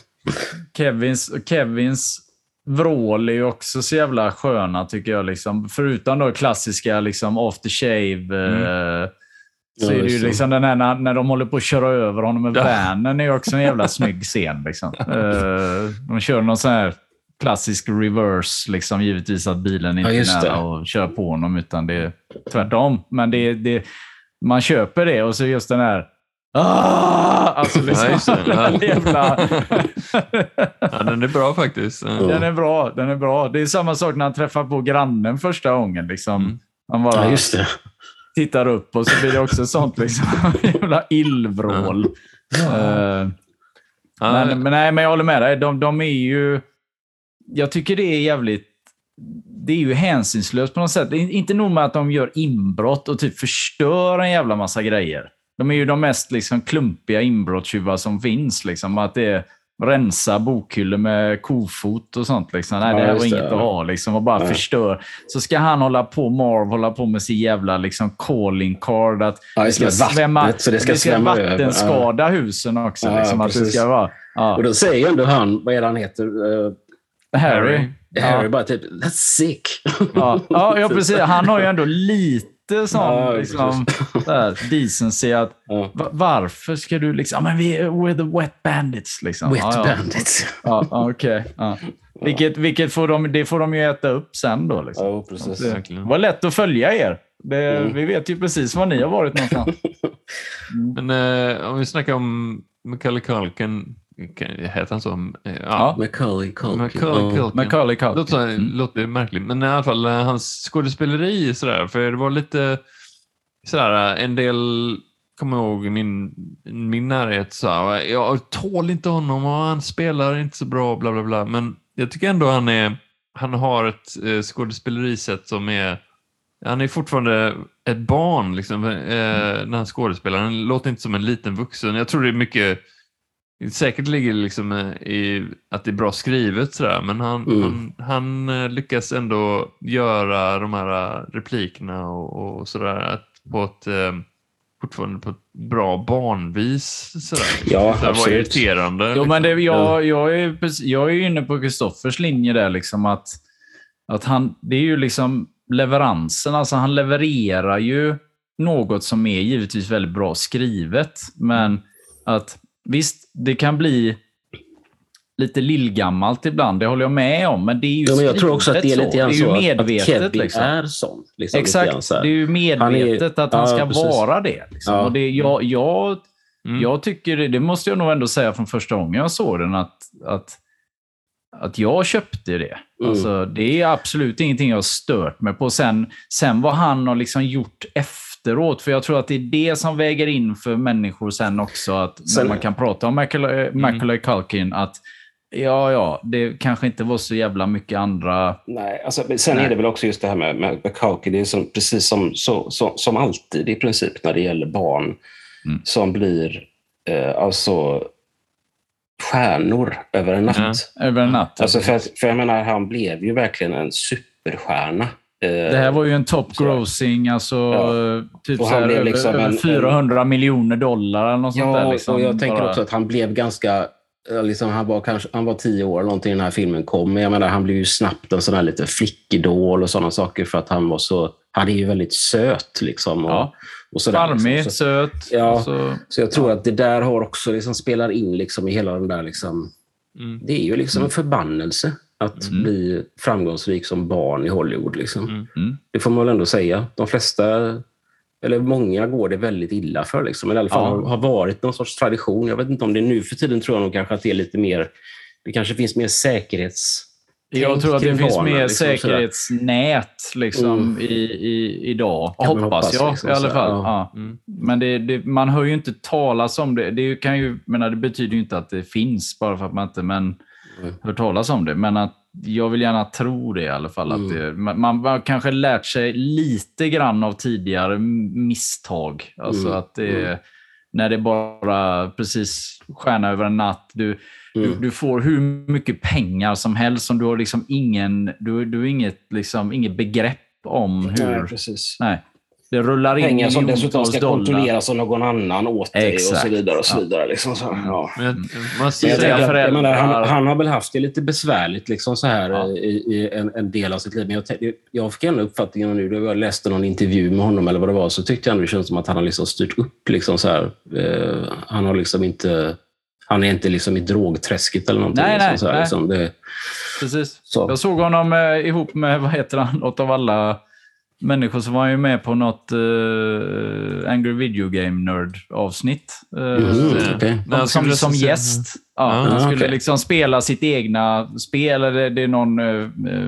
Kevins, Kevins vrål är ju också så jävla sköna tycker jag. Liksom. Förutom då klassiska liksom, aftershave. Mm. Eh, så Ja, är det ju just det. liksom den här när, när de håller på att köra över honom med Ja. vanen är ju också en jävla snygg scen. Liksom. Eh, de kör någon sån här klassisk reverse, liksom, givetvis att bilen inte Ja, är just nära det. och kör på honom, utan det är tvärtom. Men det, det, man köper det och så just den här ah! Alltså liksom, Ja, just det. Ja. den jävla... Ja, den är bra faktiskt. Ja. Den är bra, den är bra. Det är samma sak när han träffar på grannen första gången. Liksom. Mm. Han bara Ja, just det. tittar upp och så blir det också sånt liksom, jävla illvrål. Eh, Ja, men, men, nej, men jag håller med dig. De, de är ju... Jag tycker det är jävligt... Det är ju hänsynslöst på något sätt. Det är inte nog med att de gör inbrott och typ förstör en jävla massa grejer. De är ju de mest liksom klumpiga inbrottstjuvar som finns. Liksom. Att det är rensa bokhyllor med kofot och sånt. Liksom. Nej, Ja, det här var just det, inget ja. att ha. Liksom, och bara Nej. förstör. Så ska han hålla på, Marv hålla på med sin jävla liksom, calling card. Att Ja, det just ska det, vattnet, svämma, så det ska det ska svämma över. vattenskada husen också. Ja, liksom, att det precis. ska vara... Ja. Och då säger ändå han, vad är det han heter? Uh, Harry. Harry Ja. bara typ, that's sick. Ja, ja, ja, precis. Han har ju ändå lite sån Ja, liksom, där, decency att Ja. va- varför ska du liksom, ja, men vi är we're the wet bandits liksom. Wet ja, ja. bandits. Ja, ja, okej. Ja. Vilket, vilket får de, det får de ju äta upp sen då. Liksom. Ja, precis. Det verkligen. var lätt att följa er. Det, Mm. Vi vet ju precis var ni har varit någonstans. Men eh, om vi snackar om Macaulay Culkin, kan- heter han så? Eh, Ja. Macaulay Culkin. Macaulay Ja. Culkin. Macaulay Culkin. Låter, Mm. låter märkligt, men i alla fall eh, hans skådespeleri sådär, för det var lite sådär, en del kommer jag ihåg i min, min närhet så här, jag tål inte honom och han spelar inte så bra, bla bla bla, men jag tycker ändå han är, han har ett eh, skådespelerisätt som är, han är fortfarande ett barn liksom, eh, när han skådespelar, han låter inte som en liten vuxen. Jag tror det är mycket säkert ligger liksom i att det är bra skrivet sådär, men han, Mm. han, han lyckas ändå göra de här replikerna och, och sådär att på ett eh, fortfarande på ett bra barnvis sådär. Ja, det var absolut. irriterande. Jo, men det, liksom. jag, jag, är, precis- jag är ju inne på Kristoffers linje där liksom att, att han, det är ju liksom leveransen, alltså han levererar ju något som är givetvis väldigt bra skrivet, men att visst, det kan bli lite lillgammalt ibland, det håller jag med om, men det är ju Ja, men jag tror också att det är lite grann så. Det är så ju att, att medvetet Kevin liksom. är sån. Liksom, lite grann Exakt, så här. det är ju medvetet Han är- att han ja, ska precis. vara det. Liksom. Ja. Och det jag, jag, Mm. jag tycker, det, det måste jag nog ändå säga från första gången jag såg den, att, att, att jag köpte det. Mm. Alltså, det är absolut ingenting jag har stört mig på. Sen, sen vad han har liksom gjort efteråt, för jag tror att det är det som väger in för människor sen också, att Sen- när man kan prata om Macaulay, Macaulay Culkin, att ja, ja, det kanske inte var så jävla mycket andra... Nej, alltså, men sen Nej. är det väl också just det här med, med, med Culkin, det är som, precis som, så, så, som alltid i princip när det gäller barn Mm. som blir eh, alltså stjärnor över en natt. Över en natt. Alltså för, att- för jag menar, han blev ju verkligen en superstjärna. Eh, Det här var ju en top grossing, alltså Ja. typ Och så han här, blev över, liksom över en- fyrahundra miljoner dollar eller något sånt Ja, där. Liksom, och jag tänker bara- också att han blev ganska... eh, Liksom, han, var kanske, han var tio år eller någonting när den här filmen kom. Men jag menar, han blev ju snabbt en sån här lite flickidol och sådana saker för att han var så... Han är ju väldigt söt liksom. Och, Ja. och sådär, Charmig, liksom. så, söt. Ja. Alltså, så jag tror att det där har också liksom spelar in liksom i hela den där liksom... Mm. Det är ju liksom en förbannelse att Mm. bli framgångsrik som barn i Hollywood. Liksom. Mm. mm. Det får man väl ändå säga. De flesta, eller många, går det väldigt illa för. Liksom. Eller i alla fall Ja. har, har varit någon sorts tradition. Jag vet inte om det är nu för tiden, tror jag nog kanske att det är lite mer... Det kanske finns mer säkerhets... Jag tror att det kring finns barnen, mer liksom, sådär. säkerhetsnät liksom, Mm. i, i, idag. Kan man Hoppas hoppas, jag liksom, i alla så, fall. ja. Ja. Mm. Men det, det, man hör ju inte talas om det. Det, kan ju, menar, det betyder ju inte att det finns bara för att man inte men, Mm. hör talas om det. Men att jag vill gärna tro det i alla fall. Att Mm. det, man, man har kanske lärt sig lite grann av tidigare misstag. Alltså Mm. att det, Mm. när det bara precis stjärna över en natt. Du, Du, Mm. du får hur mycket pengar som helst som du har liksom ingen, du, du har inget, liksom, inget begrepp om hur... Nej, precis. Nej. Det rullar in Pengar som dessutom miljontals ska dollar. kontrolleras av någon annan åt dig och Exakt. så vidare. Och så Ja. vidare liksom så. Ja. Men jag, man Men ser jag Säga tänker, att- jag menar, han, föräldrar. han har väl haft det lite besvärligt liksom så här Ja. i, i en, en del av sitt liv. Men jag, tän- jag fick ändå uppfattningen nu, då jag läste någon intervju med honom eller vad det var, så tyckte jag ändå det kändes som att han har liksom styrt upp. Liksom så här. Eh, han har liksom inte... Han är inte liksom i drogträsket eller någonting. Nej, liksom, nej, så här, nej. liksom. Det, Precis. så. Jag såg honom eh, ihop med, vad heter han, något av alla människor som var ju med på något eh, Angry Video Game Nerd-avsnitt. Eh, Mhm, det. okej. När han som, skulle som recensera- gäst. Ja, Ja, han skulle okej. liksom spela sitt egna spel. Eller det är någon eh, eh,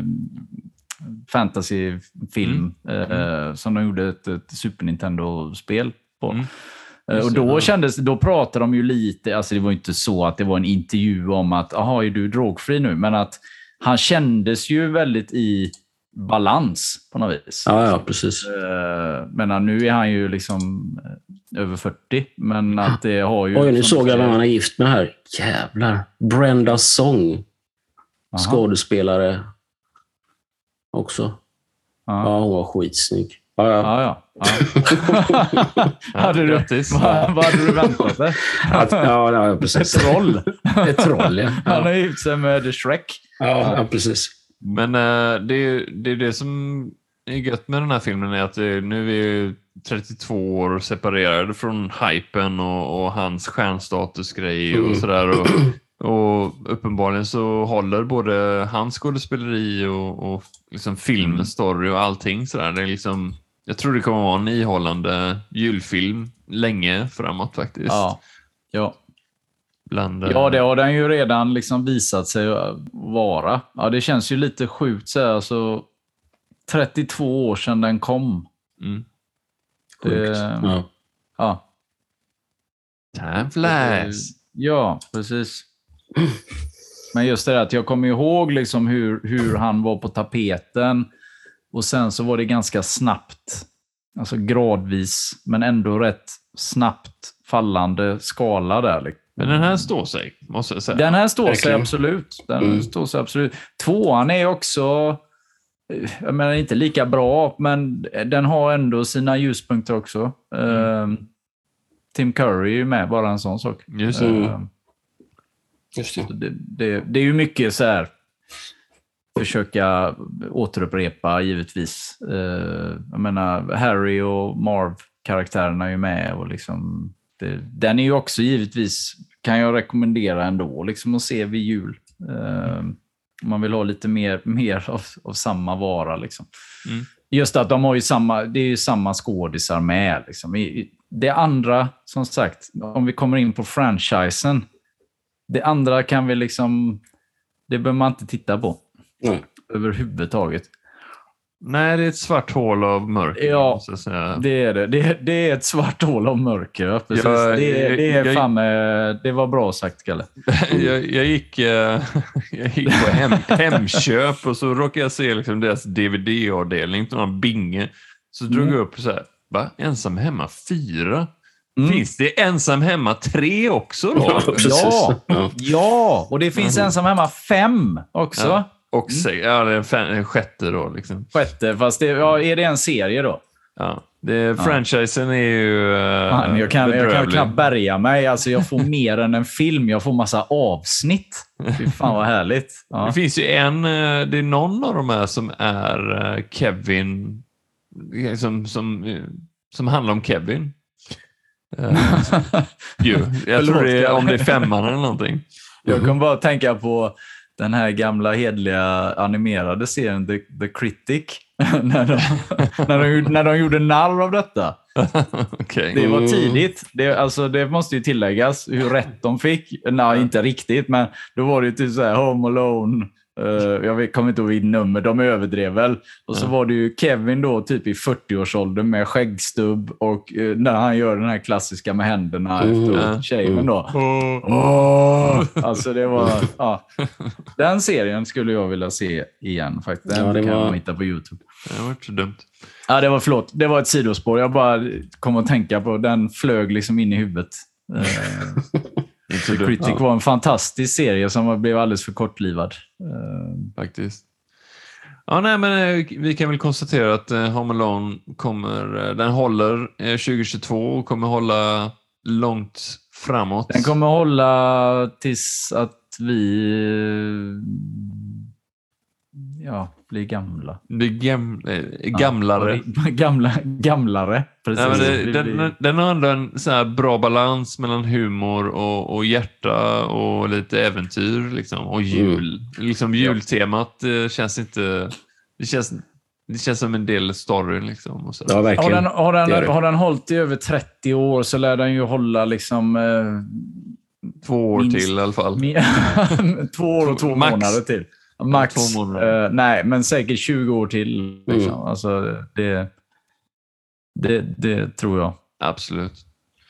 fantasyfilm eh, som de gjorde ett, ett Super Nintendo-spel på. Mm. Eh, Just Och det, då ja. kändes, då pratade de ju lite, alltså det var inte så att det var en intervju om att, aha, är du drogfri nu? Men att han kändes ju väldigt i balans på något vis. Ja, ja, precis. Eh, Men nu är han ju liksom eh, över fyrtio, men att det har ju... Oj, nu som såg du jag vem säger- han är gift med här. Jävlar. Brenda Song. Aha. Skådespelare också. Ja. Ja, hon var skitsnygg. Ja, ja. Ja, ja. ja. hade du, grattis. vad, vad hade du väntat dig? Att, ja, ja, Ett precis. troll. Ett troll, ja. Han har Ja, gift sig med Shrek. ja, ja precis. Men eh, det, är, ju- det är det som är gött med den här filmen, är att det, nu är vi trettiotvå år separerade från hypen och, och hans stjärnstatusgrej och Mm. sådär. Och, och uppenbarligen så håller både hans skådespeleri och, och liksom filmens story och allting sådär. Det är liksom, jag tror det kommer vara en ihållande julfilm länge framåt faktiskt. Ja. Ja. Bland, eh, ja, det har den ju redan liksom visat sig vara. Ja, det känns ju lite sjukt så här, alltså trettiotvå år sedan den kom. Mm. Sjukt. Det- Ja. Ja. Time flies. Ja, precis. Men just det där att jag kommer ihåg liksom hur, hur han var på tapeten och sen så var det ganska snabbt, alltså gradvis, men ändå rätt snabbt fallande skala där. Men den här står sig, måste jag säga. Den här står sig Verkligen. absolut. Den Mm. står sig absolut. Tvåan är också, jag menar inte lika bra, men den har ändå sina ljuspunkter också. Mm. Uh, Tim Curry är ju med, bara en sån sak. Just det. Mm. Uh, Just det. det, det. Det är ju mycket så här, försöka återupprepa givetvis. Uh, jag menar, Harry och Marv-karaktärerna är ju med och liksom, det, den är ju också givetvis, kan jag rekommendera ändå, liksom att se vid jul. Uh, om man vill ha lite mer, mer av, av samma vara. Liksom. Mm. Just att de har ju samma, det är ju samma skådisar med. Liksom. I, det andra, som sagt, om vi kommer in på franchisen, det andra kan vi liksom, det behöver man inte titta på. Nej. Överhuvudtaget. Nej, det är ett svart hål av mörker. Ja, måste jag säga. det är det. Det är, det är ett svart hål av mörker. Ja, precis. Jag- det, är- det är jag- fan, eh, det var bra sagt, Kalle. jag, jag, gick, eh, jag gick på hem, Hemköp och så råkade jag se liksom deras D V D-avdelning till någon binge. Så drog Mm. jag upp så här, va? Ensam hemma fyra? Mm. Finns det ensam hemma tre också då? Ja, precis. Ja. Ja. Ja, och det finns Mm. ensam hemma fem också. Ja. Och se, ja, det är fem, den sjätte då. Liksom. Sjätte, fast det, ja, är det en serie då? Ja. Det, franchisen är ju uh, Fan, jag, kan, jag kan bedrövlig. knappt bärga mig. Alltså, jag får mer än en film. Jag får massa avsnitt. Fy fan vad härligt. Ja. Det finns ju en, eh, det är någon av de här som är eh, Kevin, eh, som, som, eh, som handlar om Kevin. Uh, ju. Jag Förlåt, tror det är, Kalle. om det är femman eller någonting. Jag kan bara tänka på den här gamla hedliga animerade serien The, The Critic. när, de, när, de, när de gjorde narr av detta. Okej. Det var Mm. tidigt. Det, alltså, det måste ju tilläggas hur rätt de fick. Nej, inte riktigt, men då var det ju typ så här Home Alone. Uh, jag vet, kommer inte ihåg vilket nummer, de överdrev väl. Och så Ja. var det ju Kevin då typ i fyrtioårsåldern med skäggstubb och uh, när han gör den här klassiska med händerna Mm. efter Ja. shaven då. Oh. Åh! Alltså det var, ja. Den serien skulle jag vilja se igen faktiskt. Den Ja, det kan var- man hitta på YouTube. Det var inte så dumt. Ja, det var förlåt. Det var ett sidospår. Jag bara kom att tänka på den flög liksom in i huvudet. Uh, Inte så The dumt Critic var en fantastisk serie som blev alldeles för kortlivad. Uh, faktiskt. Ja, nej, men eh, vi kan väl konstatera att eh, Home Alone kommer, eh, den håller eh, tjugohundratjugotvå och kommer hålla långt framåt. Den kommer hålla tills att vi ja, blir gamla. Det gam, eh, gamlare. Ja, gamla, gamlare, precis. Nej, men det, Vi den, blir- den, den har ändå en så här bra balans mellan humor och, och hjärta och lite äventyr liksom, och jul. Liksom jultemat eh, känns inte... Det känns, det känns som en del story. Liksom, och så. Ja, Har verkligen. den, har, Det gör den, det. har den hållit i över trettio år så lär den ju hålla liksom eh, Två år minst- till i alla fall. mi- två år och två Max. månader till. Max. Två månader. Eh, nej, men säkert tjugo år till. Liksom. Mm. Alltså, det, det, det tror jag. Absolut.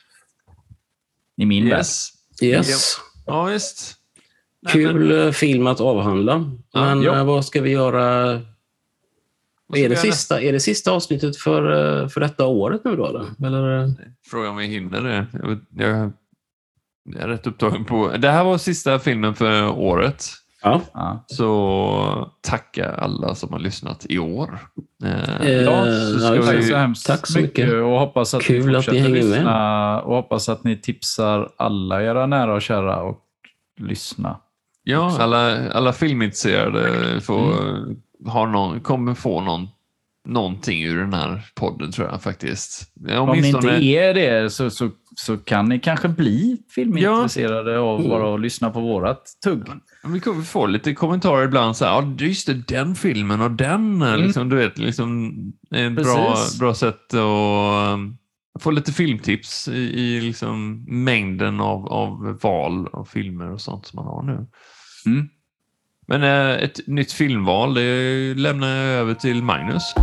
I min värld. Yes. Yes. Ja, visst. Nej, men- Kul eh, film att avhandla. Ja, Men ja. eh, vad ska vi göra? vad ska Är vi det, göra sista, är det sista avsnittet för, eh, för detta året nu då? Eller? eller? Frågan om vi hinner det. Jag, vet- jag, jag är rätt upptagen på... Det här var sista filmen för året. Ja. Ja. Så tacka alla som har lyssnat i år. Eh, Ja, så ja, ska just det. Tack vi, så hemskt tack så mycket. Och hoppas att Kul ni att ni fortsätter hänger med. lyssna. Och hoppas att ni tipsar alla era nära och kära och lyssna. ja, alla, alla filmintresserade får, ha någon, kommer få någon, någonting ur den här podden, tror jag faktiskt. Ja, Om ni inte åtminstone- är det så, så, så kan ni kanske bli filmintresserade av Mm. bara att lyssna på vårat tugg. Vi kommer få lite kommentarer ibland så här, ja, just det, den filmen och den, liksom, du vet, liksom en bra, Mm. Precis. bra sätt att um, få lite filmtips i, i liksom mängden av, av val av filmer och sånt som man har nu. Mm. Men eh, ett nytt filmval, det lämnar jag över till Magnus.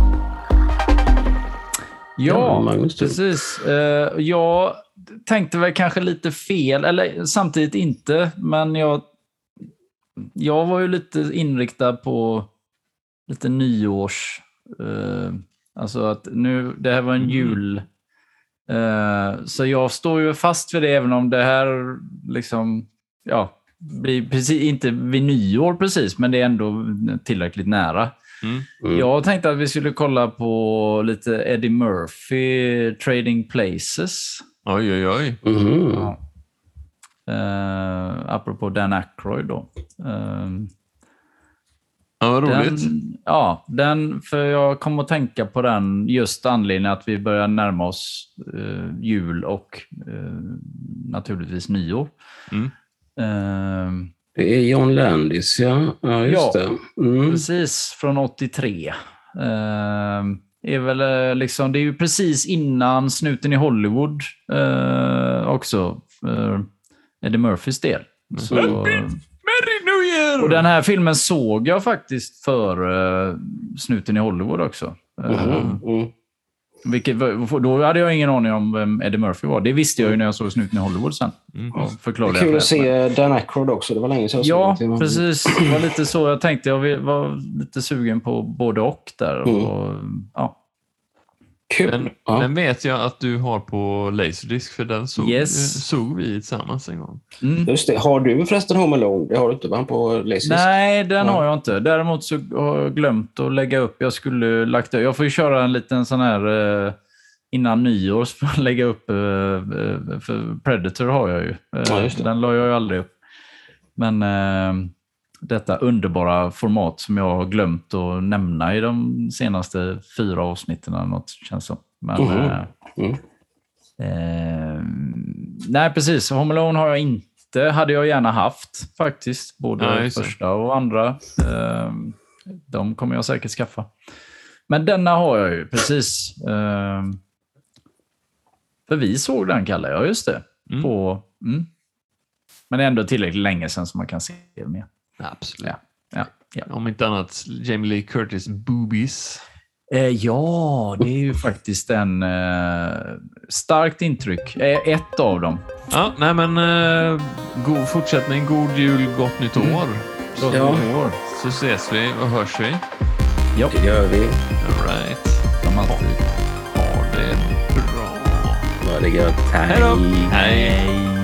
Ja, Ja, Magnus, du. precis. Eh, jag tänkte väl kanske lite fel, eller samtidigt inte, men jag, jag var ju lite inriktad på lite nyårs... Eh, alltså att nu, det här var en Mm. jul... Uh, så jag står ju fast vid det, även om det här liksom, ja, blir precis, inte vid nyår precis, men det är ändå tillräckligt nära. Mm. Mm. Jag tänkte att vi skulle kolla på lite Eddie Murphy, Trading Places. Oj, oj, oj. Mhm. Ja. Uh, apropå Dan Aykroyd då. Uh, Ja, vad roligt. Den, ja, den, för jag kom att tänka på den just anledningen att vi börjar närma oss uh, jul och uh, naturligtvis nyår. Mm. Uh, Det är John Landis, ja. Ja, just Ja. det. Mm. Precis, från åttiotre. Uh, är väl, uh, liksom, det är ju precis innan Snuten i Hollywood uh, också. Uh, Eddie Murphys del. Så, Merry New Year! och den här filmen såg jag faktiskt för uh, Snuten i Hollywood också. Uh, Mhm. Mm. vilket, då hade jag ingen aning om vem Eddie Murphy var. Det visste jag ju när jag såg Snuten i Hollywood sen. Mm. Och Det förklarade är kul jag att se Dan Aykroyd också. Det var länge sedan jag Ja, såg det. precis. Det var lite så jag tänkte. Jag var lite sugen på både och där. Mm. Och, ja. Kul. Den, Ja. den vet jag att du har på Laserdisc, för den såg, Yes. eh, såg vi tillsammans en gång. Mm. Just det. Har du förresten Home Alone? Det har du inte, va? På Laserdisc? Nej, den Ja. har jag inte. Däremot så har jag glömt att lägga upp. Jag skulle lagt Jag får ju köra en liten sån här eh, innan nyår, så får jag lägga upp eh, eh, för Predator har jag ju. Eh, Ja, just det. Den la jag ju aldrig upp. Men eh, detta underbara format som jag har glömt att nämna i de senaste fyra avsnitten eller något, känns som. Men, Mhm. eh, Mm. eh, nej, precis. Home Alone har jag inte. Hade jag gärna haft faktiskt. Både Ja, just det. första och andra. Eh, de kommer jag säkert skaffa. Men denna har jag ju, precis. Eh, för vi såg den, Kalle. Ja, just det. Mm. På, mm. Men det är ändå tillräckligt länge sedan som man kan se det mer. Absolut. Ja. Ja, ja. Om inte annat, Jamie Lee Curtis boobies. Eh, ja, det är ju faktiskt en eh, starkt intryck. Eh, ett av dem. Ja, nej men eh, god fortsättning, god jul, gott nytt år. Så, Ja. så ses vi och hörs vi. Ja, Det gör vi. All right. som alltid. Ha det bra. Ha det gött. Hej då. Hej. Hej.